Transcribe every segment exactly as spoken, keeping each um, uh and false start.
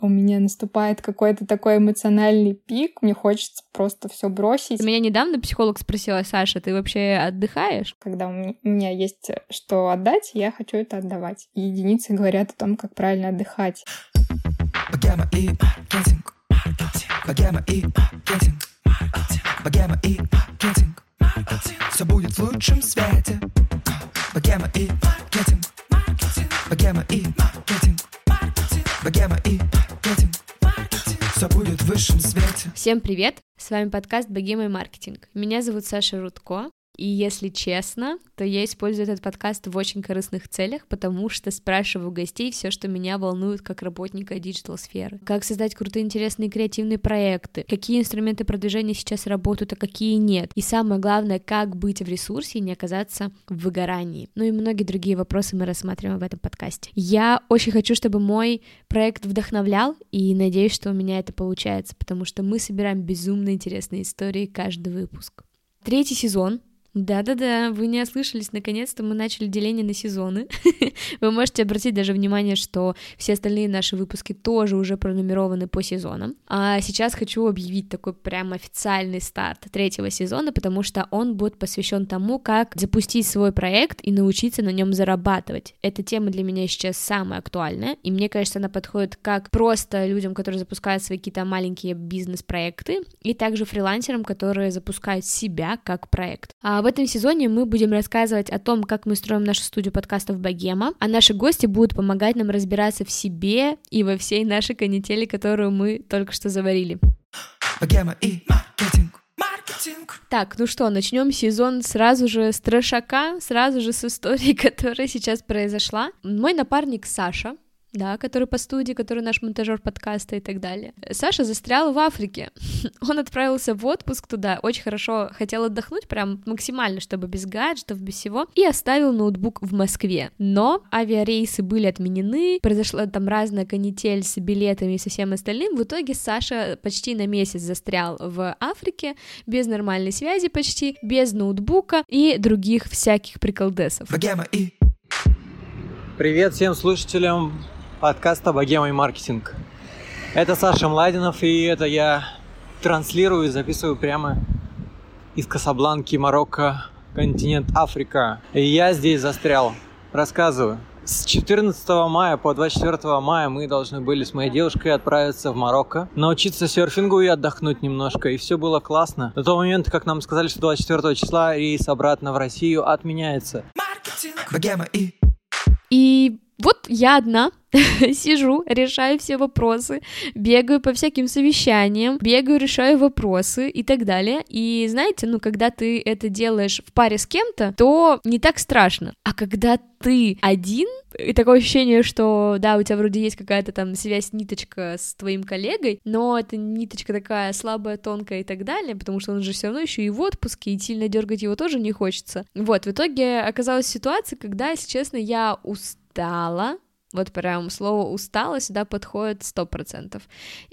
у меня наступает какой-то такой эмоциональный пик, мне хочется просто все бросить. Меня недавно психолог спросила: Саша, ты вообще отдыхаешь? Когда у меня есть что отдать, я хочу это отдавать. И единицы говорят о том, как правильно отдыхать. Богема и маркетинг, богема и маркетинг, богема и маркетинг, все будет в лучшем свете. Богема и маркетинг, богема и маркетинг, богема и маркетинг, все будет в высшем свете. Всем привет, с вами подкаст «Богема и маркетинг». Меня зовут Саша Рудко. И если честно, то я использую этот подкаст в очень корыстных целях, потому что спрашиваю у гостей все, что меня волнует как работника диджитал-сферы. Как создать крутые, интересные, креативные проекты, какие инструменты продвижения сейчас работают, а какие нет. И самое главное, как быть в ресурсе и не оказаться в выгорании. Ну и многие другие вопросы мы рассматриваем в этом подкасте. Я очень хочу, чтобы мой проект вдохновлял, и надеюсь, что у меня это получается, потому что мы собираем безумно интересные истории каждый выпуск. Третий сезон. Да-да-да, вы не ослышались, наконец-то мы начали деление на сезоны. Вы можете обратить даже внимание, что все остальные наши выпуски тоже уже пронумерованы по сезонам. А сейчас хочу объявить такой прям официальный старт третьего сезона, потому что он будет посвящен тому, как запустить свой проект и научиться на нем зарабатывать. Эта тема для меня сейчас самая актуальная, и мне кажется, она подходит как просто людям, которые запускают свои какие-то маленькие бизнес-проекты, и также фрилансерам, которые запускают себя как проект. А в этом сезоне мы будем рассказывать о том, как мы строим нашу студию подкастов «Богема», а наши гости будут помогать нам разбираться в себе и во всей нашей канители, которую мы только что заварили. Богема и маркетинг. Маркетинг. Так, ну что, начнем сезон сразу же с трешака, сразу же с истории, которая сейчас произошла. Мой напарник Саша, да, который по студии, который наш монтажер подкаста и так далее. Саша застрял в Африке. Он отправился в отпуск туда, очень хорошо хотел отдохнуть, прям максимально, чтобы без гаджетов, без всего, и оставил ноутбук в Москве. Но авиарейсы были отменены, произошла там разная канитель с билетами и со всем остальным. В итоге Саша почти на месяц застрял в Африке, без нормальной связи почти, без ноутбука и других всяких приколдесов. Богема и... Привет всем слушателям подкаста «Богема и маркетинг». Это Саша Младинов, и это я транслирую и записываю прямо из Касабланки, Марокко, континент Африка. И я здесь застрял. Рассказываю. С четырнадцатого мая по двадцать четвёртого мая мы должны были с моей девушкой отправиться в Марокко, научиться серфингу и отдохнуть немножко, и все было классно. До того момента, как нам сказали, что двадцать четвёртого числа рейс обратно в Россию отменяется. Маркетинг. Богема и... И вот я одна сижу, решаю все вопросы, бегаю по всяким совещаниям, бегаю, решаю вопросы и так далее. И знаете, ну, когда ты это делаешь в паре с кем-то, то не так страшно. А когда ты один, и такое ощущение, что, да, у тебя вроде есть какая-то там связь, ниточка с твоим коллегой, но эта ниточка такая слабая, тонкая и так далее, потому что он же все равно еще и в отпуске, и сильно дергать его тоже не хочется. Вот, в итоге оказалась ситуация, когда, если честно, я устала. Вот прям слово «устала» сюда подходит сто процентов.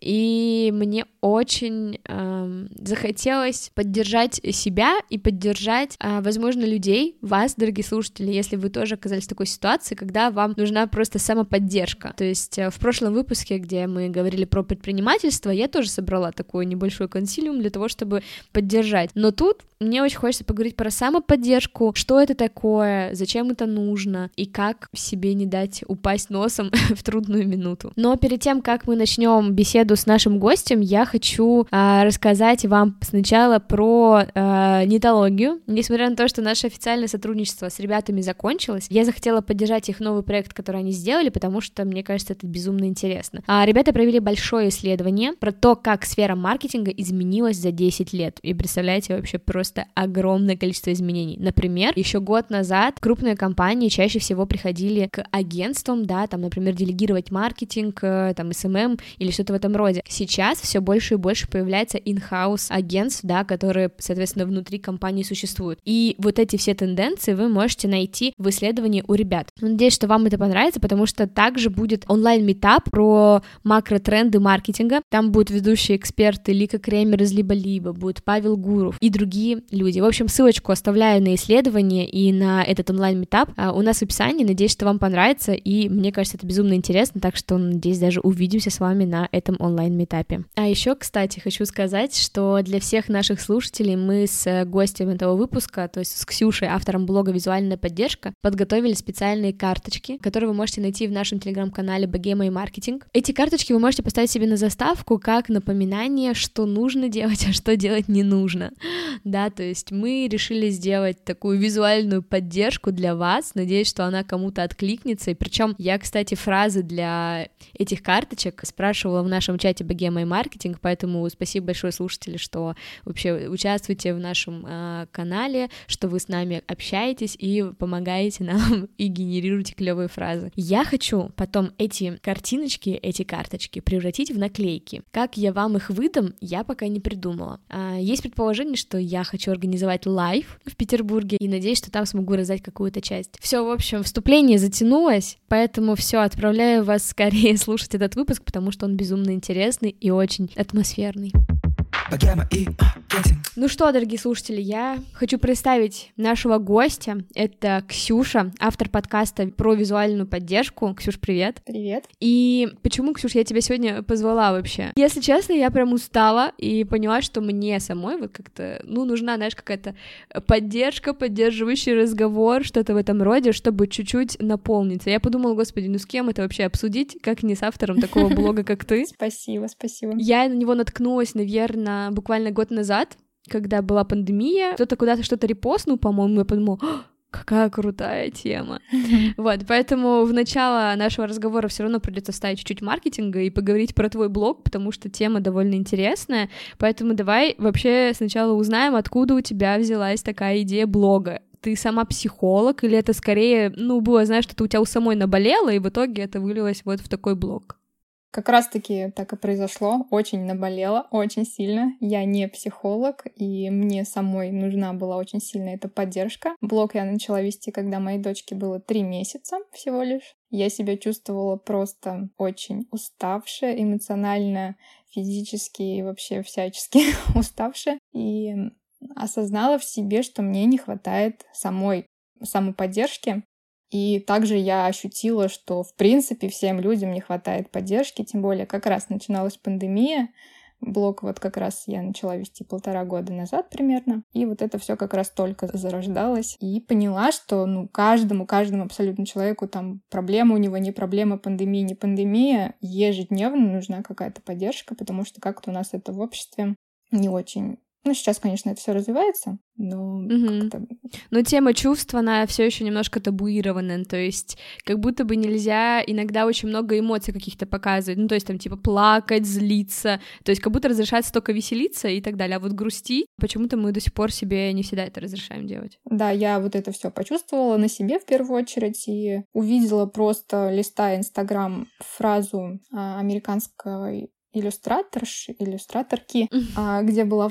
И мне очень эм, захотелось поддержать себя и поддержать, э, возможно, людей, вас, дорогие слушатели, если вы тоже оказались в такой ситуации, когда вам нужна просто самоподдержка. То есть э, в прошлом выпуске, где мы говорили про предпринимательство, я тоже собрала такой небольшой консилиум для того, чтобы поддержать. Но тут мне очень хочется поговорить про самоподдержку, что это такое, зачем это нужно и как себе не дать упасть носом в трудную минуту. Но перед тем, как мы начнем беседу с нашим гостем, я хочу а, рассказать вам сначала про а, нетологию. Несмотря на то, что наше официальное сотрудничество с ребятами закончилось, я захотела поддержать их новый проект, который они сделали, потому что, мне кажется, это безумно интересно. А, ребята провели большое исследование про то, как сфера маркетинга изменилась за десять лет. И представляете, вообще просто огромное количество изменений. Например, еще год назад крупные компании чаще всего приходили к агентствам, да, там, например, делегировать маркетинг, там, эс эм эм или что-то в этом роде. Сейчас все больше и больше появляется in-house агентств, да, которые, соответственно, внутри компании существуют. И вот эти все тенденции вы можете найти в исследовании у ребят. Надеюсь, что вам это понравится, потому что также будет онлайн-митап про макротренды маркетинга. Там будут ведущие эксперты Лика Кремер из Либо-Либо, будет Павел Гуров и другие люди. В общем, ссылочку оставляю на исследование и на этот онлайн-митап у нас в описании. Надеюсь, что вам понравится, и мне мне кажется, это безумно интересно, так что, надеюсь, даже увидимся с вами на этом онлайн-митапе. А еще, кстати, хочу сказать, что для всех наших слушателей мы с гостем этого выпуска, то есть с Ксюшей, автором блога «Визуальная поддержка», подготовили специальные карточки, которые вы можете найти в нашем телеграм-канале «Богема и маркетинг». Эти карточки вы можете поставить себе на заставку как напоминание, что нужно делать, а что делать не нужно. Да, то есть мы решили сделать такую визуальную поддержку для вас, надеюсь, что она кому-то откликнется, и причем я, кстати, фразы для этих карточек спрашивала в нашем чате «Богема и маркетинг», поэтому спасибо большое, слушатели, что вообще участвуете в нашем э, канале, что вы с нами общаетесь и помогаете нам и генерируете клевые фразы. Я хочу потом эти картиночки, эти карточки превратить в наклейки. Как я вам их выдам, я пока не придумала. А, есть предположение, что я хочу организовать лайв в Петербурге и надеюсь, что там смогу раздать какую-то часть. Все, в общем, вступление затянулось, поэтому все, отправляю вас скорее слушать этот выпуск, потому что он безумно интересный и очень атмосферный. Ну что, дорогие слушатели, я хочу представить нашего гостя. Это Ксюша, автор подкаста про визуальную поддержку. Ксюш, привет. Привет. И почему, Ксюш, я тебя сегодня позвала вообще? Если честно, я прям устала и поняла, что мне самой вот как-то, ну, нужна, знаешь, какая-то поддержка, поддерживающий разговор, что-то в этом роде, чтобы чуть-чуть наполниться. Я подумала, господи, ну с кем это вообще обсудить, как не с автором такого блога, как ты? Спасибо, спасибо. Я на него наткнулась, наверное, буквально год назад, когда была пандемия, кто-то куда-то что-то репостнул, по-моему, я подумала, какая крутая тема. Вот, поэтому в начало нашего разговора все равно придется вставить чуть-чуть маркетинга и поговорить про твой блог, потому что тема довольно интересная, поэтому давай вообще сначала узнаем, откуда у тебя взялась такая идея блога. Ты сама психолог, или это скорее, ну, было, знаешь, что-то у тебя у самой наболело, и в итоге это вылилось вот в такой блог? Как раз-таки так и произошло, очень наболело, очень сильно. Я не психолог, и мне самой нужна была очень сильно эта поддержка. Блог я начала вести, когда моей дочке было три месяца всего лишь. Я себя чувствовала просто очень уставшая, эмоционально, физически и вообще всячески уставшая. И осознала в себе, что мне не хватает самой самоподдержки. И также я ощутила, что, в принципе, всем людям не хватает поддержки, тем более как раз начиналась пандемия. Блог вот как раз я начала вести полтора года назад примерно. И вот это все как раз только зарождалось. И поняла, что ну, каждому, каждому абсолютно человеку там проблема у него, не проблема, пандемия, не пандемия. Ежедневно нужна какая-то поддержка, потому что как-то у нас это в обществе не очень... Ну, сейчас, конечно, это все развивается, но угу. как-то... Но тема чувств, она все еще немножко табуирована, то есть как будто бы нельзя иногда очень много эмоций каких-то показывать, ну, то есть там типа плакать, злиться, то есть как будто разрешается только веселиться и так далее, а вот грусти, почему-то мы до сих пор себе не всегда это разрешаем делать. Да, я вот это все почувствовала на себе в первую очередь и увидела просто, листая Инстаграм, фразу а, американской иллюстраторши, иллюстраторки, а, где была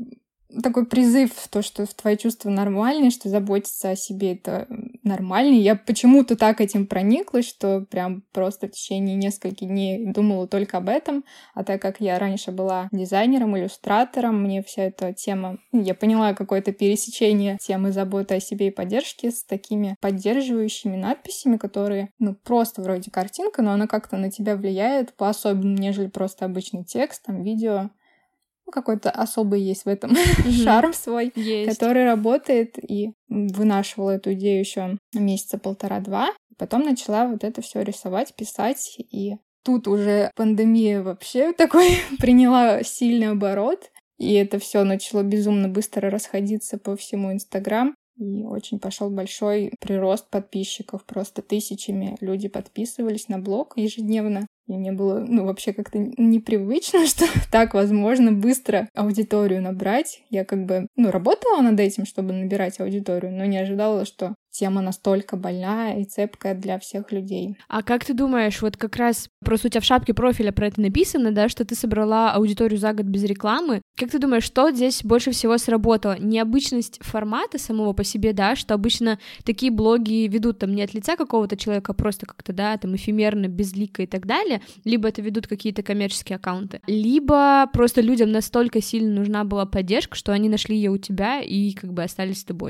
такой призыв, то, что твои чувства нормальные, что заботиться о себе — это нормально. Я почему-то так этим прониклась, что прям просто в течение нескольких дней думала только об этом. А так как я раньше была дизайнером, иллюстратором, мне вся эта тема... Я поняла какое-то пересечение темы заботы о себе и поддержки с такими поддерживающими надписями, которые, ну, просто вроде картинка, но она как-то на тебя влияет по-особенному, нежели просто обычный текст, там, видео. Ну, какой-то особый есть в этом mm-hmm. шарм свой, есть. Который работает, и вынашивала эту идею еще месяца полтора-два. Потом начала вот это все рисовать, писать, и тут уже пандемия вообще такой приняла сильный оборот, и это все начало безумно быстро расходиться по всему Инстаграм. И очень пошел большой прирост подписчиков, просто тысячами люди подписывались на блог ежедневно. И мне было, ну, вообще как-то непривычно, что так возможно быстро аудиторию набрать. Я как бы, ну, работала над этим, чтобы набирать аудиторию, но не ожидала, что тема настолько больная и цепкая для всех людей. А как ты думаешь, вот как раз просто у тебя в шапке профиля про это написано, да, что ты собрала аудиторию за год без рекламы. Как ты думаешь, что здесь больше всего сработало? Необычность формата самого по себе, да, что обычно такие блоги ведут там не от лица какого-то человека, а просто как-то, да, там эфемерно, безлико и так далее, либо это ведут какие-то коммерческие аккаунты, либо просто людям настолько сильно нужна была поддержка, что они нашли ее у тебя и как бы остались с тобой.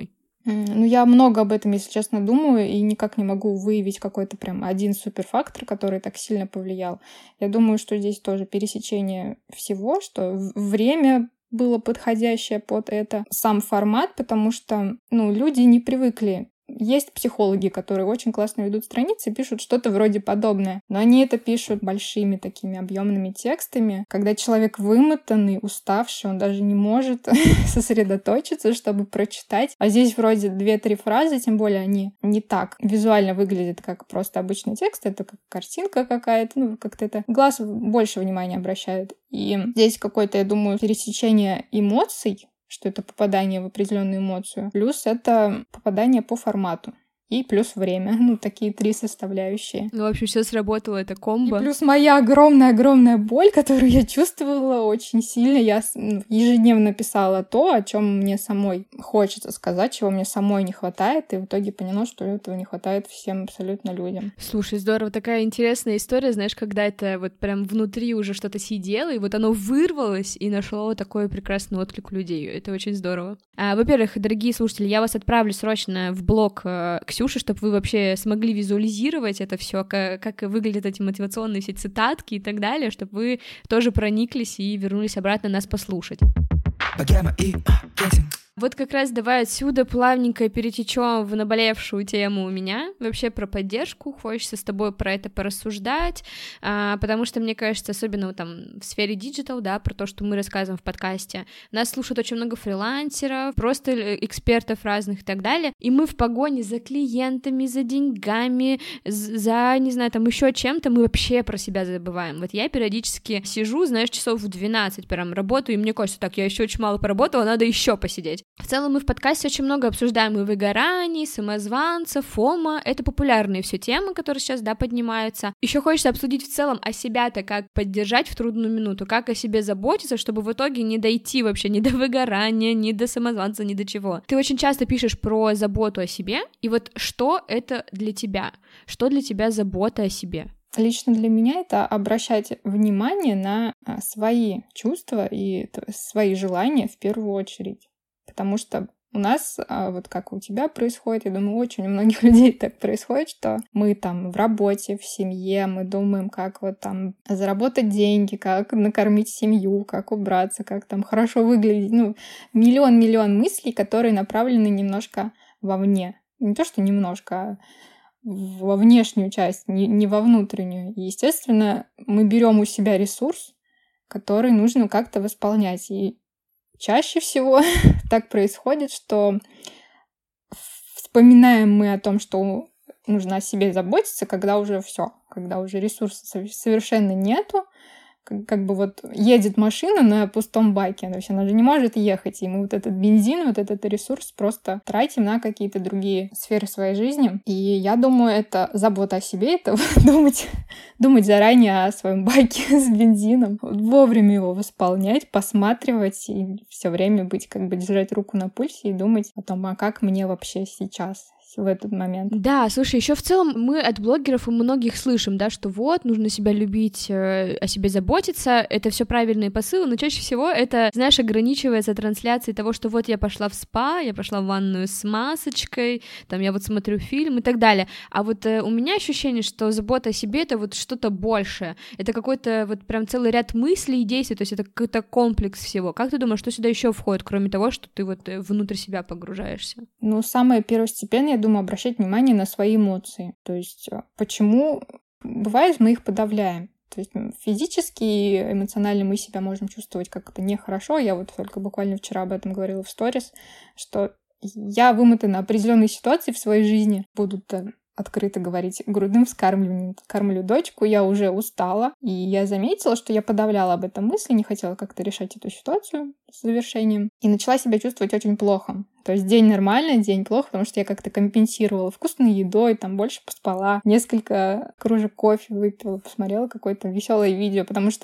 Ну, я много об этом, если честно, думаю, и никак не могу выявить какой-то прям один суперфактор, который так сильно повлиял. Я думаю, что здесь тоже пересечение всего, что время было подходящее под это, сам формат, потому что, ну, люди не привыкли. Есть психологи, которые очень классно ведут страницы, пишут что-то вроде подобное, но они это пишут большими такими объемными текстами. Когда человек вымотанный, уставший, он даже не может сосредоточиться, чтобы прочитать. А здесь вроде две-три фразы, тем более они не так визуально выглядят, как просто обычный текст, это как картинка какая-то, ну, как-то это глаз больше внимания обращает. И здесь какое-то, я думаю, пересечение эмоций, что это попадание в определенную эмоцию, плюс это попадание по формату. И плюс время. Ну, такие три составляющие. Ну, в общем, все сработало, это комбо. И плюс моя огромная-огромная боль, которую я чувствовала очень сильно. Я ежедневно писала то, о чем мне самой хочется сказать, чего мне самой не хватает, и в итоге поняла, что этого не хватает всем абсолютно людям. Слушай, здорово. Такая интересная история, знаешь, когда это вот прям внутри уже что-то сидело, и вот оно вырвалось и нашло такой прекрасный отклик у людей. Это очень здорово. А, во-первых, дорогие слушатели, я вас отправлю срочно в блог э, Ксюши, чтобы вы вообще смогли визуализировать это все, как, как выглядят эти мотивационные все цитатки и так далее, чтобы вы тоже прониклись и вернулись обратно нас послушать. Вот как раз давай отсюда плавненько перетечем в наболевшую тему у меня, вообще про поддержку, хочется с тобой про это порассуждать, а, потому что, мне кажется, особенно вот там в сфере диджитал, да, про то, что мы рассказываем в подкасте, нас слушают очень много фрилансеров, просто экспертов разных и так далее, и мы в погоне за клиентами, за деньгами, за, не знаю, там еще чем-то, мы вообще про себя забываем. Вот я периодически сижу, знаешь, часов в двенадцать прям работаю, и мне кажется, так, я еще очень мало поработала, надо еще посидеть. В целом мы в подкасте очень много обсуждаем и выгораний, самозванцев, фома. Это популярные все темы, которые сейчас, да, поднимаются. Еще хочется обсудить в целом о себя-то, как поддержать в трудную минуту, как о себе заботиться, чтобы в итоге не дойти вообще ни до выгорания, ни до самозванца, ни до чего. Ты очень часто пишешь про заботу о себе, и вот что это для тебя? Что для тебя забота о себе? Лично для меня это обращать внимание на свои чувства и свои желания в первую очередь. Потому что у нас, вот как у тебя происходит, я думаю, очень у многих людей так происходит, что мы там в работе, в семье, мы думаем, как вот там заработать деньги, как накормить семью, как убраться, как там хорошо выглядеть. Ну, миллион-миллион мыслей, которые направлены немножко вовне. Не то, что немножко, а во внешнюю часть, не, не во внутреннюю. И, естественно, мы берем у себя ресурс, который нужно как-то восполнять. И чаще всего так происходит, что вспоминаем мы о том, что нужно о себе заботиться, когда уже все, когда уже ресурсов совершенно нету, как, как бы вот едет машина на пустом баке, то есть она же не может ехать, и мы вот этот бензин, вот этот ресурс просто тратим на какие-то другие сферы своей жизни. И я думаю, это забота о себе, это думать, думать заранее о своем баке с бензином, вовремя его восполнять, посматривать и все время быть, как бы держать руку на пульсе и думать о том, а как мне вообще сейчас в этот момент. Да, слушай, еще в целом мы от блогеров и многих слышим, да, что вот, нужно себя любить, э, о себе заботиться, это все правильные посылы, но чаще всего это, знаешь, ограничивается трансляцией того, что вот я пошла в спа, я пошла в ванную с масочкой, там я вот смотрю фильм и так далее. А вот э, у меня ощущение, что забота о себе — это вот что-то большее, это какой-то вот прям целый ряд мыслей и действий, то есть это какой-то комплекс всего. Как ты думаешь, что сюда еще входит, кроме того, что ты вот внутрь себя погружаешься? Ну, самое первостепенное, я думаю, обращать внимание на свои эмоции. То есть почему... Бывает, мы их подавляем. То есть физически и эмоционально мы себя можем чувствовать как-то нехорошо. Я вот только буквально вчера об этом говорила в сторис, что я вымотана определенной ситуации в своей жизни. Будут открыто говорить грудным вскармливанием. Кормлю дочку, я уже устала. И я заметила, что я подавляла об этом мысли, не хотела как-то решать эту ситуацию с завершением. И начала себя чувствовать очень плохо. То есть день нормально, день плохо, потому что я как-то компенсировала вкусной едой, там больше поспала, несколько кружек кофе выпила, посмотрела какое-то веселое видео, потому что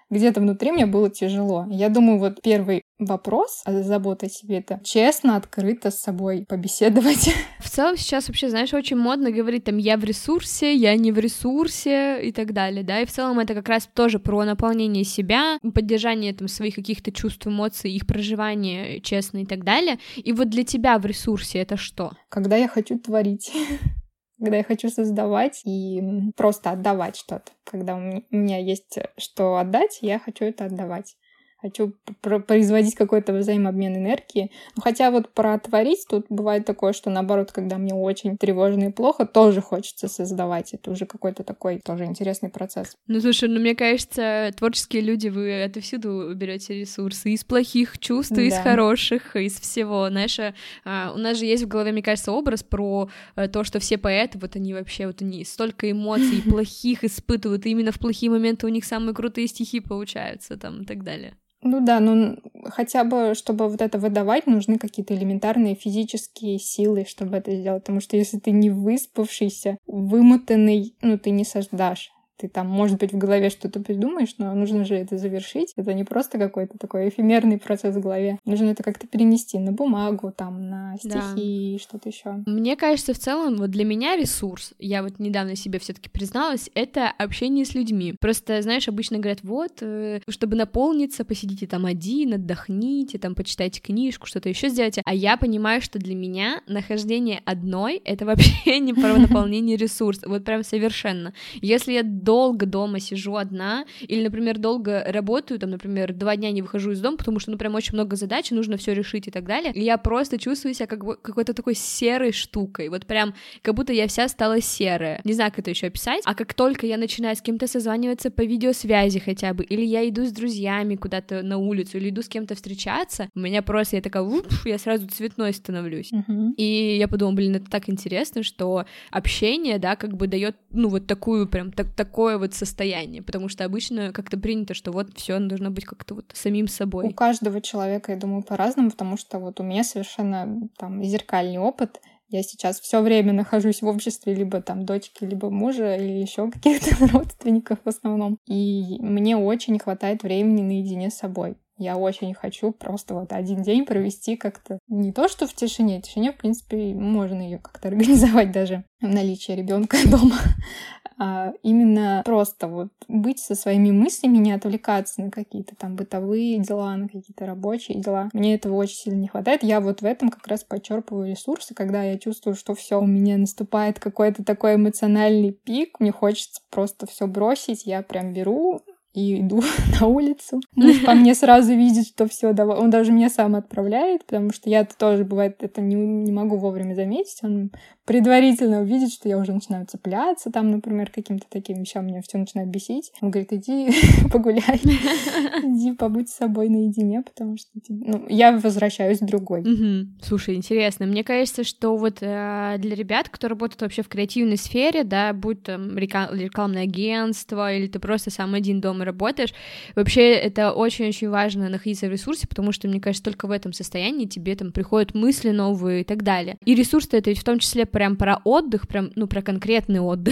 где-то внутри мне было тяжело. Я думаю, вот первый вопрос о заботе о себе — это честно, открыто с собой побеседовать. В целом сейчас вообще, знаешь, очень модно говорить там «я в ресурсе», «я не в ресурсе» и так далее, да, и в целом это как раз тоже про наполнение себя, поддержание там своих каких-то чувств, эмоций, их проживание честно и так далее. И вот для тебя в ресурсе это что? Когда я хочу творить. Когда я хочу создавать и просто отдавать что-то. Когда у меня есть что отдать, я хочу это отдавать. Хочу производить какой-то взаимообмен энергии. Ну, хотя вот про творить тут бывает такое, что наоборот, когда мне очень тревожно и плохо, тоже хочется создавать. Это уже какой-то такой тоже интересный процесс. Ну, слушай, ну, мне кажется, творческие люди, вы отовсюду берете ресурсы. Из плохих чувств, да. Из хороших, из всего. Знаешь, а, у нас же есть в голове, мне кажется, образ про то, что все поэты, вот они вообще, вот они столько эмоций плохих испытывают, и именно в плохие моменты у них самые крутые стихи получаются там и так далее. Ну да, ну хотя бы, чтобы вот это выдавать, нужны какие-то элементарные физические силы, чтобы это сделать. Потому что если ты не выспавшийся, вымотанный, ну ты не создашь. Ты там, может быть, в голове что-то придумаешь, но нужно же это завершить. Это не просто какой-то такой эфемерный процесс в голове. Нужно это как-то перенести на бумагу, там, на стихи да. и что-то еще. Мне кажется, в целом, вот для меня ресурс, я вот недавно себе все-таки призналась, это общение с людьми. Просто, знаешь, обычно говорят, вот, э, чтобы наполниться, посидите там один, отдохните, там, почитайте книжку, что-то еще сделайте. А я понимаю, что для меня нахождение одной — это вообще не про наполнение ресурса. Вот прям совершенно. Если я долго дома сижу одна, или, например, долго работаю, там, например, два дня не выхожу из дома, потому что, ну, прям очень много задач, нужно все решить и так далее, и я просто чувствую себя как бы какой-то такой серой штукой, вот прям как будто я вся стала серая. Не знаю, как это еще описать, а как только я начинаю с кем-то созваниваться по видеосвязи хотя бы, или я иду с друзьями куда-то на улицу, или иду с кем-то встречаться, у меня просто, я такая, уп, я сразу цветной становлюсь. Uh-huh. И я подумала, блин, это так интересно, что общение, да, как бы дает, ну, вот такую прям, так, такое вот состояние, потому что обычно как-то принято, что вот все должно быть как-то вот самим собой. У каждого человека, я думаю, по-разному, потому что вот у меня совершенно там зеркальный опыт. Я сейчас все время нахожусь в обществе либо там дочки, либо мужа, или еще каких-то родственников в основном. И мне очень не хватает времени наедине с собой. Я очень хочу просто вот один день провести как-то не то, что в тишине. В тишине, в принципе, можно ее как-то организовать даже в наличии ребенка дома. А именно просто вот быть со своими мыслями, не отвлекаться на какие-то там бытовые дела, на какие-то рабочие дела. Мне этого очень сильно не хватает. Я вот в этом как раз подчерпываю ресурсы, когда я чувствую, что все, у меня наступает какой-то такой эмоциональный пик, мне хочется просто все бросить, я прям беру и иду на улицу. Муж по мне сразу видит, что все, давай. Он даже меня сам отправляет, потому что я тоже, бывает, это не, не могу вовремя заметить. Он предварительно увидит, что я уже начинаю цепляться, там, например, каким-то таким вещам, меня все начинает бесить. Он говорит, иди погуляй, иди побудь с собой наедине, потому что ну, я возвращаюсь другой. Угу. Слушай, интересно. Мне кажется, что вот э, для ребят, кто работает вообще в креативной сфере, да, будь там рекламное агентство, или ты просто сам один дома работаешь, вообще это очень-очень важно находиться в ресурсе, потому что, мне кажется, только в этом состоянии тебе там приходят мысли новые и так далее. И ресурс-то это ведь в том числе прям про отдых, прям, ну, про конкретный отдых.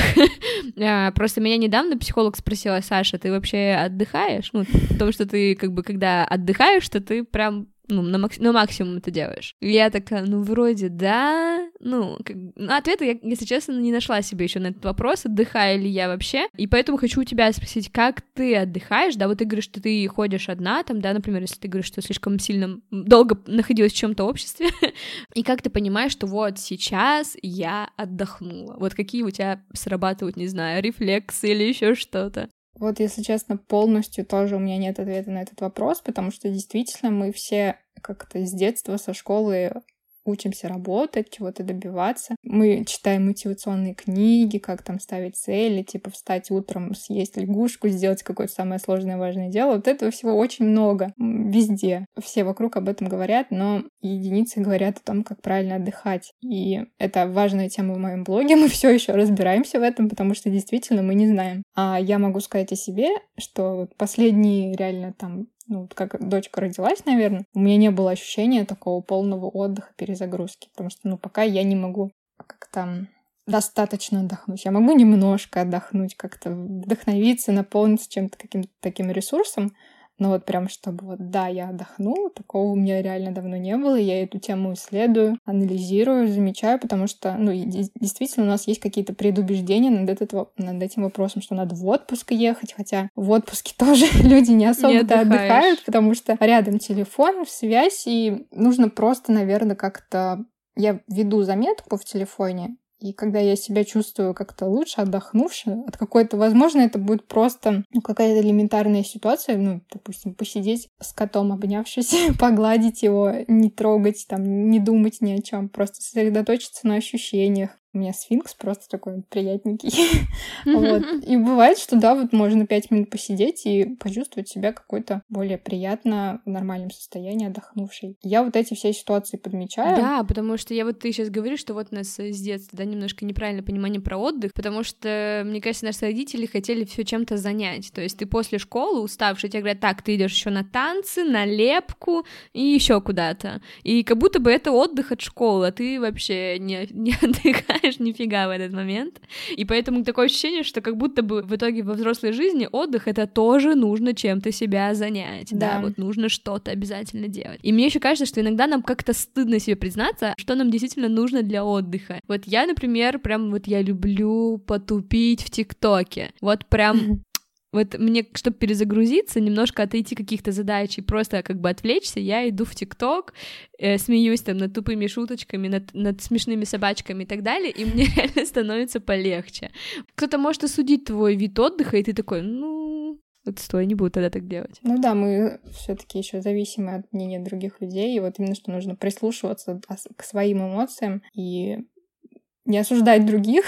Просто меня недавно психолог спросила, Саша, ты вообще отдыхаешь? Ну, потому что ты, как бы, когда отдыхаешь, что ты прям ну, на, макс- на максимум это делаешь. И я такая, ну, вроде да, ну, как... ну, ответа я, если честно, не нашла себе еще на этот вопрос, отдыхаю ли я вообще, и поэтому хочу у тебя спросить, как ты отдыхаешь, да, вот ты говоришь, что ты ходишь одна, там, да, например, если ты говоришь, что слишком сильно, долго находилась в чем-то обществе, и как ты понимаешь, что вот сейчас я отдохнула, вот какие у тебя срабатывают, не знаю, рефлексы или еще что-то? Вот, если честно, полностью тоже у меня нет ответа на этот вопрос, потому что действительно мы все как-то с детства, со школы учимся работать, чего-то добиваться. Мы читаем мотивационные книги, как там ставить цели, типа встать утром, съесть лягушку, сделать какое-то самое сложное важное дело. Вот этого всего очень много везде. Все вокруг об этом говорят, но единицы говорят о том, как правильно отдыхать. И это важная тема в моем блоге. Мы все еще разбираемся в этом, потому что действительно мы не знаем. А я могу сказать о себе, что вот последние реально там ну, как дочка родилась, наверное, у меня не было ощущения такого полного отдыха, перезагрузки, потому что, ну, пока я не могу как-то достаточно отдохнуть. Я могу немножко отдохнуть, как-то вдохновиться, наполниться чем-то каким-то таким ресурсом. Но вот прям чтобы вот, да, я отдохнула, такого у меня реально давно не было. Я эту тему исследую, анализирую, замечаю, потому что, ну, действительно у нас есть какие-то предубеждения над, этот, над этим вопросом, что надо в отпуск ехать, хотя в отпуске тоже люди не особо-то отдыхают, потому что рядом телефон, связь, и нужно просто, наверное, как-то... Я веду заметку в телефоне, и когда я себя чувствую как-то лучше, отдохнувши от какой-то... Возможно, это будет просто ну, какая-то элементарная ситуация, ну, допустим, посидеть с котом, обнявшись, погладить его, не трогать, там, не думать ни о чем, просто сосредоточиться на ощущениях. У меня сфинкс просто такой приятненький. Вот. И бывает, что да, вот можно пять минут посидеть и почувствовать себя какой-то более приятно в нормальном состоянии, отдохнувшей. Я вот эти все ситуации подмечаю. Да, потому что я вот ты сейчас говоришь, что вот у нас с детства, да, немножко неправильное понимание про отдых, потому что, мне кажется, наши родители хотели все чем-то занять. То есть ты после школы уставший, тебе говорят, так, ты идешь еще на танцы, на лепку и еще куда-то. И как будто бы это отдых от школы, а ты вообще не, не отдыхаешь нифига в этот момент, и поэтому такое ощущение, что как будто бы в итоге во взрослой жизни отдых — это тоже нужно чем-то себя занять, да, да вот нужно что-то обязательно делать. И мне еще кажется, что иногда нам как-то стыдно себе признаться, что нам действительно нужно для отдыха. Вот я, например, прям вот я люблю потупить в ТикТоке, вот прям... Вот мне, чтобы перезагрузиться, немножко отойти каких-то задач и просто как бы отвлечься, я иду в ТикТок, э, смеюсь там над тупыми шуточками, над, над смешными собачками и так далее, и мне реально становится полегче. Кто-то может осудить твой вид отдыха, и ты такой, ну... Вот стой, не буду тогда так делать. Ну да, мы все-таки еще зависимы от мнения других людей, и вот именно что нужно прислушиваться к своим эмоциям и не осуждать других,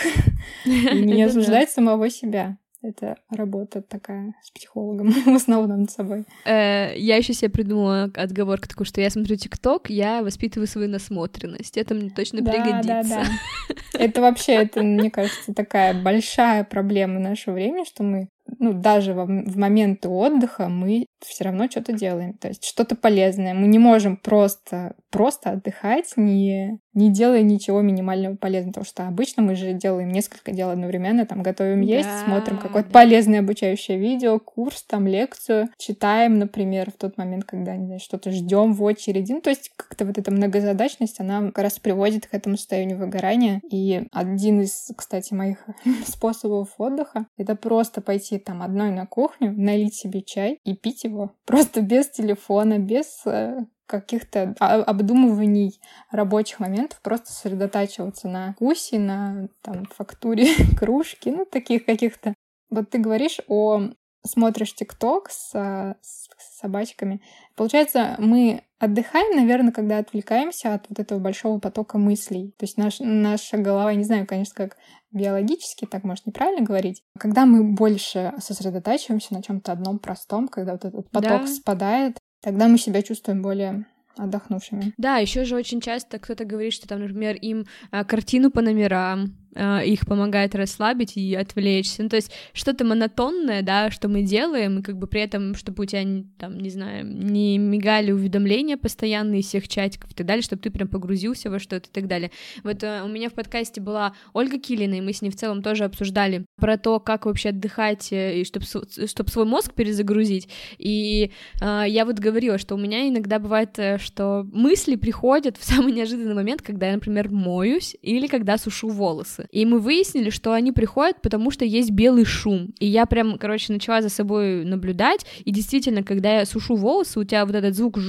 и не осуждать самого себя. Это работа такая с психологом в основном над собой. Э, я еще себе придумала отговорку такую, что я смотрю ТикТок, я воспитываю свою насмотренность. Это мне точно да, пригодится. Да, да. Это вообще, это, мне кажется, такая большая проблема нашего времени, что мы, ну, даже в, в моменты отдыха мы все равно что-то делаем. То есть что-то полезное. Мы не можем просто, просто отдыхать, не, не делая ничего минимального полезного. Потому что обычно мы же делаем несколько дел одновременно. Там готовим есть, да, смотрим какое-то да. полезное обучающее видео, курс, там лекцию. Читаем, например, в тот момент, когда, не знаю, что-то ждем в очереди. Ну, то есть как-то вот эта многозадачность, она как раз приводит к этому состоянию выгорания. И один из, кстати, моих способов отдыха — это просто пойти там одной на кухню, налить себе чай и пить его просто без телефона, без э, каких-то обдумываний рабочих моментов, просто сосредотачиваться на вкусе, на там, фактуре кружки, ну, таких каких-то. Вот ты говоришь о... смотришь ТикТок с, с собачками. Получается, мы отдыхаем, наверное, когда отвлекаемся от вот этого большого потока мыслей. То есть наш, наша голова, я не знаю, конечно, как биологически, так, может, неправильно говорить. Когда мы больше сосредотачиваемся на чем-то одном простом, когда вот этот поток да. спадает, тогда мы себя чувствуем более отдохнувшими. Да, еще же очень часто кто-то говорит, что там, например, им а, картину по номерам, а, их помогает расслабить и отвлечься. Ну, то есть что-то монотонное, да, что мы делаем, и как бы при этом, чтобы у тебя, там, не знаю, не мигали уведомления постоянные из всех чатиков и так далее, чтобы ты прям погрузился во что-то и так далее. Вот а, у меня в подкасте была Ольга Килина, и мы с ней в целом тоже обсуждали про то, как вообще отдыхать, и чтобы чтоб свой мозг перезагрузить. И а, я вот говорила, что у меня иногда бывает, что мысли приходят в самый неожиданный момент, когда я, например, моюсь или когда сушу волосы. И мы выяснили, что они приходят, потому что есть белый шум. И я прям, короче, начала за собой наблюдать, и действительно, когда я сушу волосы, у тебя вот этот звук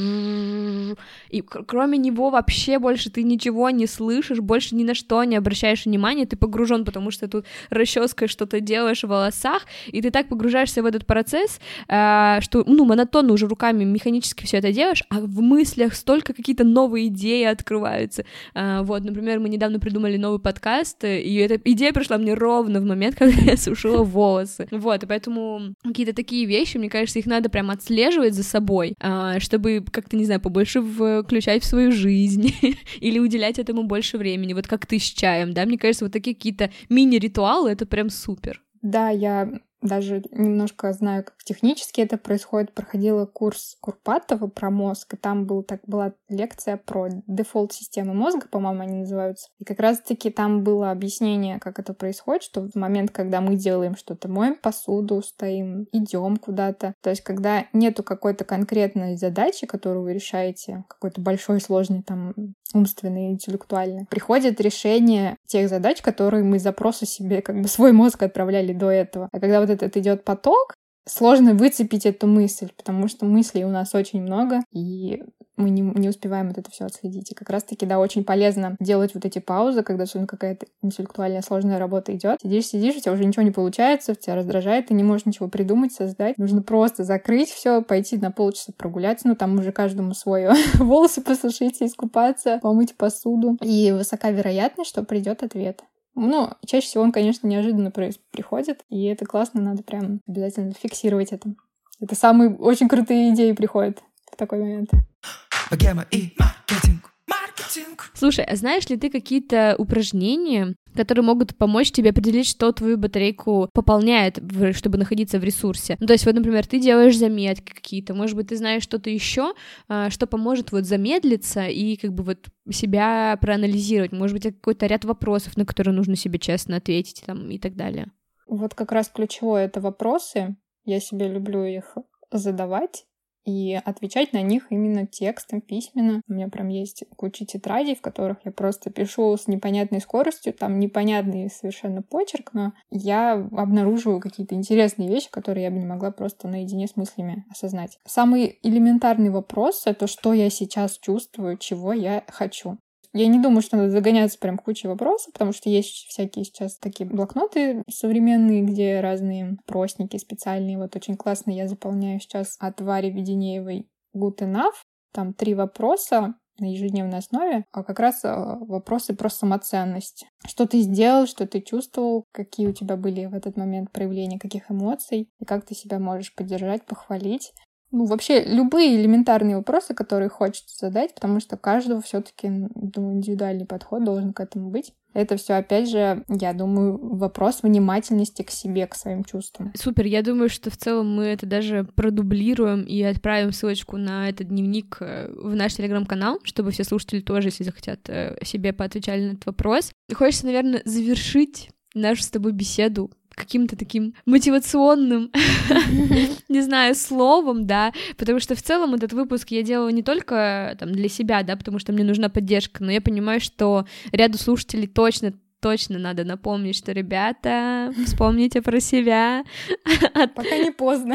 и кроме него вообще больше ты ничего не слышишь, больше ни на что не обращаешь внимания, ты погружен, потому что тут расческой что-то делаешь в волосах, и ты так погружаешься в этот процесс, что, ну, монотонно уже руками механически все это делаешь, а в мыслях столько какие-то новые идеи открываются. Вот, например, мы недавно придумали новый подкаст, и эта идея пришла мне ровно в момент, когда я сушила волосы. Вот, и поэтому какие-то такие вещи, мне кажется, их надо прям отслеживать за собой, чтобы как-то, не знаю, побольше включать в свою жизнь или уделять этому больше времени. Вот как ты с чаем, да? Мне кажется, вот такие какие-то мини-ритуалы — это прям супер. Да, я даже немножко знаю, как технически это происходит. Проходила курс Курпатова про мозг, и там был, так, была лекция про дефолт-системы мозга, по-моему, они называются. И как раз-таки там было объяснение, как это происходит, что в момент, когда мы делаем что-то, моем посуду, стоим, идем куда-то, то есть когда нету какой-то конкретной задачи, которую вы решаете, какой-то большой, сложный, там, умственный, интеллектуальный, приходит решение тех задач, которые мы запросы себе, как бы свой мозг отправляли до этого. А когда вот этот идет поток, сложно выцепить эту мысль, потому что мыслей у нас очень много, и мы не, не успеваем вот это все отследить. И как раз-таки, да, очень полезно делать вот эти паузы, когда особенно какая-то интеллектуальная сложная работа идет. Сидишь, сидишь, у тебя уже ничего не получается, тебя раздражает, ты не можешь ничего придумать, создать. Нужно просто закрыть все, пойти на полчаса прогуляться, ну там уже каждому свое. Волосы посушить, искупаться, помыть посуду. И высока вероятность, что придет ответ. Ну, чаще всего он, конечно, неожиданно приходит, и это классно, надо прям обязательно фиксировать это. Это самые очень крутые идеи приходят в такой момент. Слушай, а знаешь ли ты какие-то упражнения, которые могут помочь тебе определить, что твою батарейку пополняет, чтобы находиться в ресурсе? Ну, то есть, вот, например, ты делаешь заметки какие-то, может быть, ты знаешь что-то еще, что поможет вот замедлиться и как бы вот себя проанализировать, может быть, какой-то ряд вопросов, на которые нужно себе честно ответить там, и так далее. Вот как раз ключевое — это вопросы. Я себе люблю их задавать и отвечать на них именно текстом, письменно. У меня прям есть куча тетрадей, в которых я просто пишу с непонятной скоростью, там непонятный совершенно почерк, но я обнаруживаю какие-то интересные вещи, которые я бы не могла просто наедине с мыслями осознать. Самый элементарный вопрос — это что я сейчас чувствую, чего я хочу. Я не думаю, что надо загоняться прям кучей вопросов, потому что есть всякие сейчас такие блокноты современные, где разные опросники специальные. Вот очень классно я заполняю сейчас от Вари Веденеевой Good Enough. Там три вопроса на ежедневной основе, а как раз вопросы про самоценность. Что ты сделал, что ты чувствовал, какие у тебя были в этот момент проявления каких эмоций, и как ты себя можешь поддержать, похвалить. Ну, вообще, любые элементарные вопросы, которые хочется задать, потому что у каждого все-таки, думаю, индивидуальный подход должен к этому быть. Это все, опять же, я думаю, вопрос внимательности к себе, к своим чувствам. Супер, я думаю, что в целом мы это даже продублируем и отправим ссылочку на этот дневник в наш телеграм-канал, чтобы все слушатели тоже, если захотят, себе поотвечали на этот вопрос. Хочется, наверное, завершить нашу с тобой беседу каким-то таким мотивационным, не знаю, словом, да, потому что в целом этот выпуск я делала не только там для себя, да, потому что мне нужна поддержка, но я понимаю, что ряду слушателей точно точно надо напомнить, что, ребята, вспомните про себя. Пока не поздно.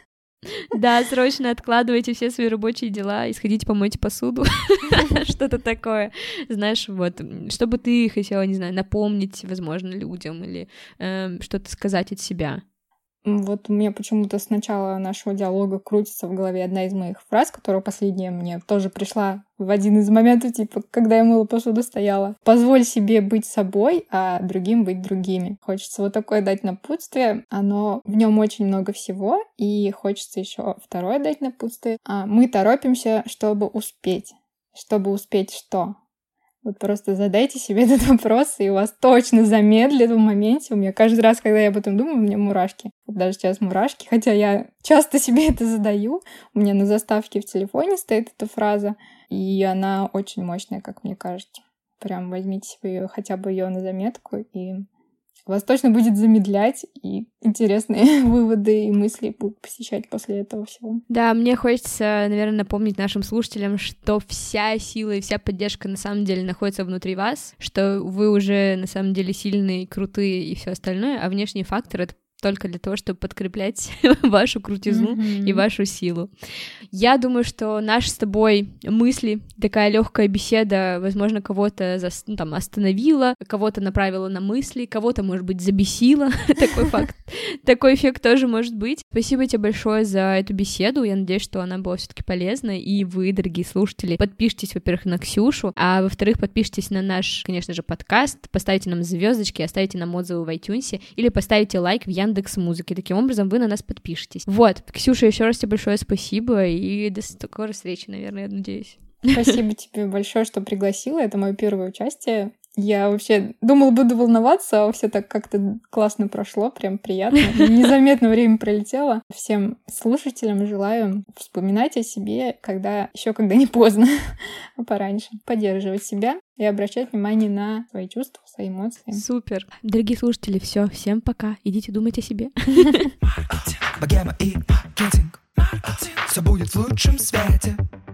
Да, срочно откладывайте все свои рабочие дела и сходите помойте посуду, что-то такое, знаешь, вот, чтобы ты хотела, не знаю, напомнить, возможно, людям или э, что-то сказать от себя. Вот у меня почему-то с начала нашего диалога крутится в голове одна из моих фраз, которая последняя мне тоже пришла в один из моментов, типа, когда я мыла посуду, стояла. «Позволь себе быть собой, а другим быть другими». Хочется вот такое дать напутствие. Оно, в нем очень много всего, и хочется еще второе дать напутствие. А мы торопимся, чтобы успеть. Чтобы успеть что? Вот просто задайте себе этот вопрос, и у вас точно замедлит в моменте. У меня каждый раз, когда я об этом думаю, у меня мурашки. Вот даже сейчас мурашки, хотя я часто себе это задаю. У меня на заставке в телефоне стоит эта фраза, и она очень мощная, как мне кажется. Прям возьмите себе хотя бы ее на заметку, и вас точно будет замедлять, и интересные выводы и мысли будут посещать после этого всего. Да, мне хочется, наверное, напомнить нашим слушателям, что вся сила и вся поддержка на самом деле находится внутри вас, что вы уже на самом деле сильные, крутые и все остальное, а внешний фактор — это только для того, чтобы подкреплять вашу крутизну mm-hmm. и вашу силу. Я думаю, что наши с тобой мысли, такая легкая беседа, возможно, кого-то зас... ну, там, остановила, кого-то направила на мысли, кого-то, может быть, забесила. Такой факт, такой эффект тоже может быть. Спасибо тебе большое за эту беседу. Я надеюсь, что она была все-таки полезна. И вы, дорогие слушатели, подпишитесь, во-первых, на Ксюшу, а во-вторых, подпишитесь на наш, конечно же, подкаст, поставите нам звездочки, оставите нам отзывы в iTunes или поставите лайк в Яндекс Яндекс.Музыки. Таким образом, вы на нас подпишетесь. Вот, Ксюша, еще раз тебе большое спасибо, и до скорой встречи, наверное, я надеюсь. Спасибо тебе большое, что пригласила. Это мое первое участие. Я вообще думала, буду волноваться, а все так как-то классно прошло, прям приятно. Незаметно время пролетело. Всем слушателям желаю вспоминать о себе, когда еще когда не поздно, а пораньше. Поддерживать себя и обращать внимание на свои чувства, свои эмоции. Супер. Дорогие слушатели, все, всем пока. Идите думать о себе. Богема и маркетинг. Все будет в лучшем свете.